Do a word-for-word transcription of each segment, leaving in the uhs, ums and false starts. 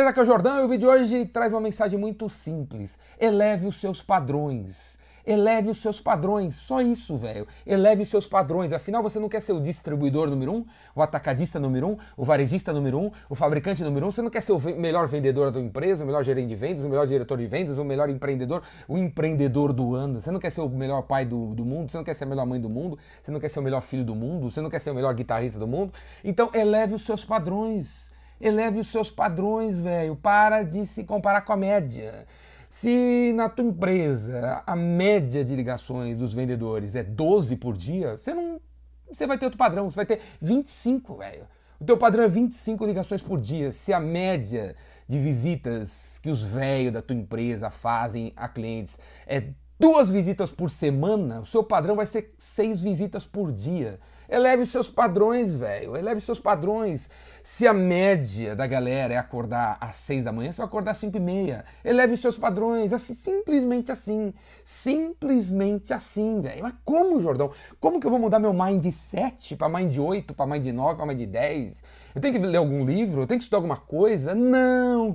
beleza? Aqui é o Jordão e o vídeo de hoje traz uma mensagem muito simples. Eleve os seus padrões. Eleve os seus padrões. Só isso, velho. Eleve os seus padrões. Afinal, você não quer ser o distribuidor número um, o atacadista número um, o varejista número um, o fabricante número um. Você não quer ser o melhor vendedor da tua empresa, o melhor gerente de vendas, o melhor diretor de vendas, o melhor empreendedor, o empreendedor do ano. Você não quer ser o melhor pai do, do mundo, você não quer ser a melhor mãe do mundo, você não quer ser o melhor filho do mundo, você não quer ser o melhor guitarrista do mundo. Então, eleve os seus padrões. Eleve os seus padrões, velho. Para de se comparar com a média. Se na tua empresa a média de ligações dos vendedores é doze por dia, você não, você vai ter outro padrão, você vai ter vinte e cinco, velho. O teu padrão é vinte e cinco ligações por dia. Se a média de visitas que os velhos da tua empresa fazem a clientes é duas visitas por semana, o seu padrão vai ser seis visitas por dia. Eleve os seus padrões, velho. Eleve os seus padrões. Se a média da galera é acordar às seis da manhã, você vai acordar às cinco e meia. Eleve os seus padrões. Assim, simplesmente assim. Simplesmente assim, velho. Mas como, Jordão? Como que eu vou mudar meu mindset para mind oito, para mind nove, para mind dez? Eu tenho que ler algum livro? Eu tenho que estudar alguma coisa? Não,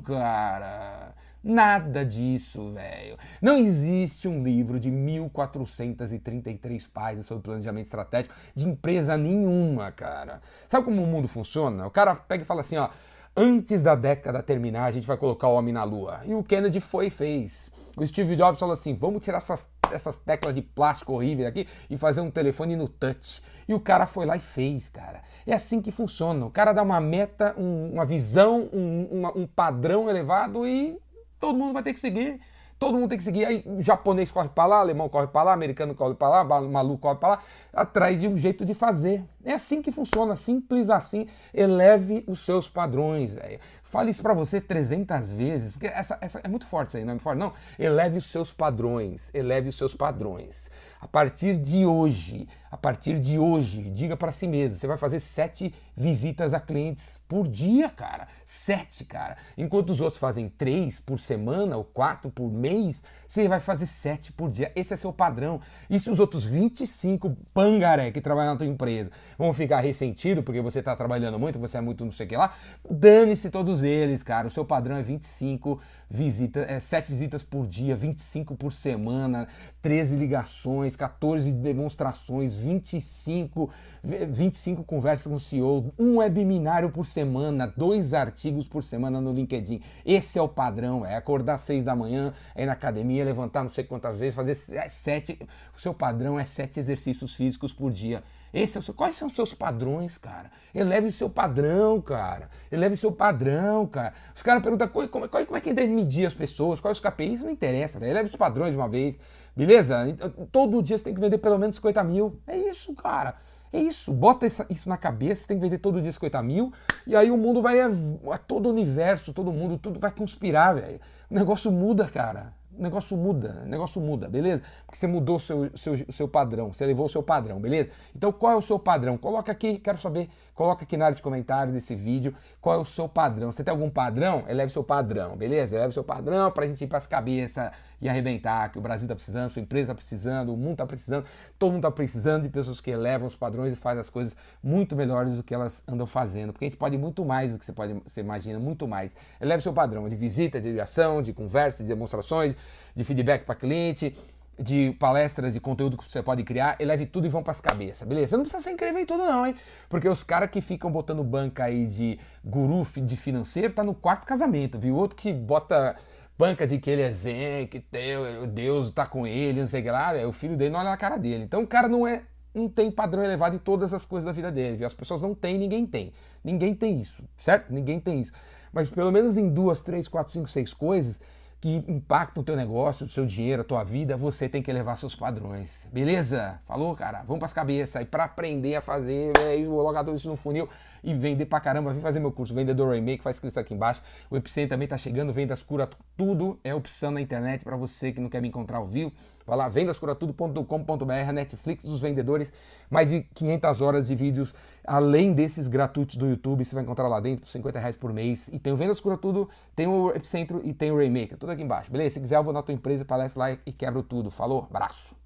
cara. Nada disso, velho. Não existe um livro de mil quatrocentas e trinta e três páginas sobre planejamento estratégico de empresa nenhuma, cara. Sabe como o mundo funciona? O cara pega e fala assim, ó, antes da década terminar, a gente vai colocar o homem na lua. E o Kennedy foi e fez. O Steve Jobs falou assim, vamos tirar essas, essas teclas de plástico horríveis aqui e fazer um telefone no touch. E o cara foi lá e fez, cara. É assim que funciona. O cara dá uma meta, um, uma visão, um, uma, um padrão elevado e todo mundo vai ter que seguir, todo mundo tem que seguir. Aí o japonês corre para lá, o alemão corre para lá, o americano corre para lá, o maluco corre para lá, atrás de um jeito de fazer. É assim que funciona, simples assim. Eleve os seus padrões, velho. Fale isso para você trezentas vezes, porque essa, essa é muito forte isso aí, não é muito forte, não. Eleve os seus padrões, eleve os seus padrões. A partir de hoje, a partir de hoje, diga para si mesmo, você vai fazer sete visitas a clientes por dia, cara. Sete, cara. Enquanto os outros fazem três por semana ou quatro por mês, você vai fazer sete por dia. Esse é seu padrão. E se os outros vinte e cinco pangaré que trabalham na tua empresa vão ficar ressentidos porque você está trabalhando muito, você é muito não sei o que lá, dane-se todos eles, cara. O seu padrão é vinte e cinco visitas, é sete visitas por dia, vinte e cinco por semana, treze ligações, quatorze demonstrações, vinte e cinco, vinte e cinco conversas com o C E O, um webinário por semana, dois artigos por semana no LinkedIn. Esse é o padrão, é acordar às seis da manhã, é ir na academia, levantar não sei quantas vezes, fazer sete, o seu padrão é sete exercícios físicos por dia. Esse é o seu, quais são os seus padrões, cara? Eleve o seu padrão, cara. Eleve o seu padrão, cara. Os caras perguntam como, como, como é que deve medir as pessoas, quais os K P Is, isso não interessa, velho. Eleve os padrões de uma vez, beleza? Todo dia você tem que vender pelo menos cinquenta mil. É isso, cara. É isso. Bota isso na cabeça, você tem que vender todo dia cinquenta mil, e aí o mundo vai, todo o universo, todo mundo, tudo vai conspirar, velho. O negócio muda, cara. O negócio muda, o negócio muda, beleza? Porque você mudou o seu, seu, seu padrão, você elevou o seu padrão, beleza? Então qual é o seu padrão? Coloca aqui, quero saber, coloca aqui na área de comentários desse vídeo, qual é o seu padrão? Você tem algum padrão? Eleve seu padrão, beleza? Eleve seu padrão pra gente ir pras cabeças e arrebentar, que o Brasil tá precisando, sua empresa tá precisando, o mundo tá precisando, todo mundo tá precisando de pessoas que elevam os padrões e fazem as coisas muito melhores do que elas andam fazendo, porque a gente pode muito mais do que você pode, você imagina, muito mais. Eleve seu padrão de visita, de ligação, de conversa, de demonstrações, de feedback para cliente, de palestras, de conteúdo que você pode criar, eleve tudo e vão para as cabeças, beleza? Você não precisa se inscrever em tudo não, hein? Porque os caras que ficam botando banca aí de guru de financeiro tá no quarto casamento, viu? Outro que bota banca de que ele é zen, que Deus tá com ele, não sei o que lá, o filho dele não olha na cara dele. Então o cara não é, não tem padrão elevado em todas as coisas da vida dele, viu? As pessoas não têm, ninguém tem. Ninguém tem isso, certo? Ninguém tem isso. Mas pelo menos em duas, três, quatro, cinco, seis coisas que impactam o teu negócio, o seu dinheiro, a tua vida, você tem que elevar seus padrões. Beleza? Falou, cara? Vamos pras cabeças. E para aprender a fazer, é, colocar tudo isso no funil e vender pra caramba, vem fazer meu curso, Vendedor Rainmaker, faz inscrição aqui embaixo. O Epicentro também tá chegando, Vendas Cura Tudo, é opção na internet para você que não quer me encontrar ao vivo. Vai lá, vendas cura tudo ponto com ponto br, a Netflix dos vendedores, mais de quinhentas horas de vídeos, além desses gratuitos do YouTube, você vai encontrar lá dentro por cinquenta reais por mês. E tem o Vendas Cura Tudo, tem o Epicentro e tem o Rainmaker, tudo aqui embaixo, beleza? Se quiser eu vou na tua empresa, palestra lá e quebro tudo. Falou, abraço!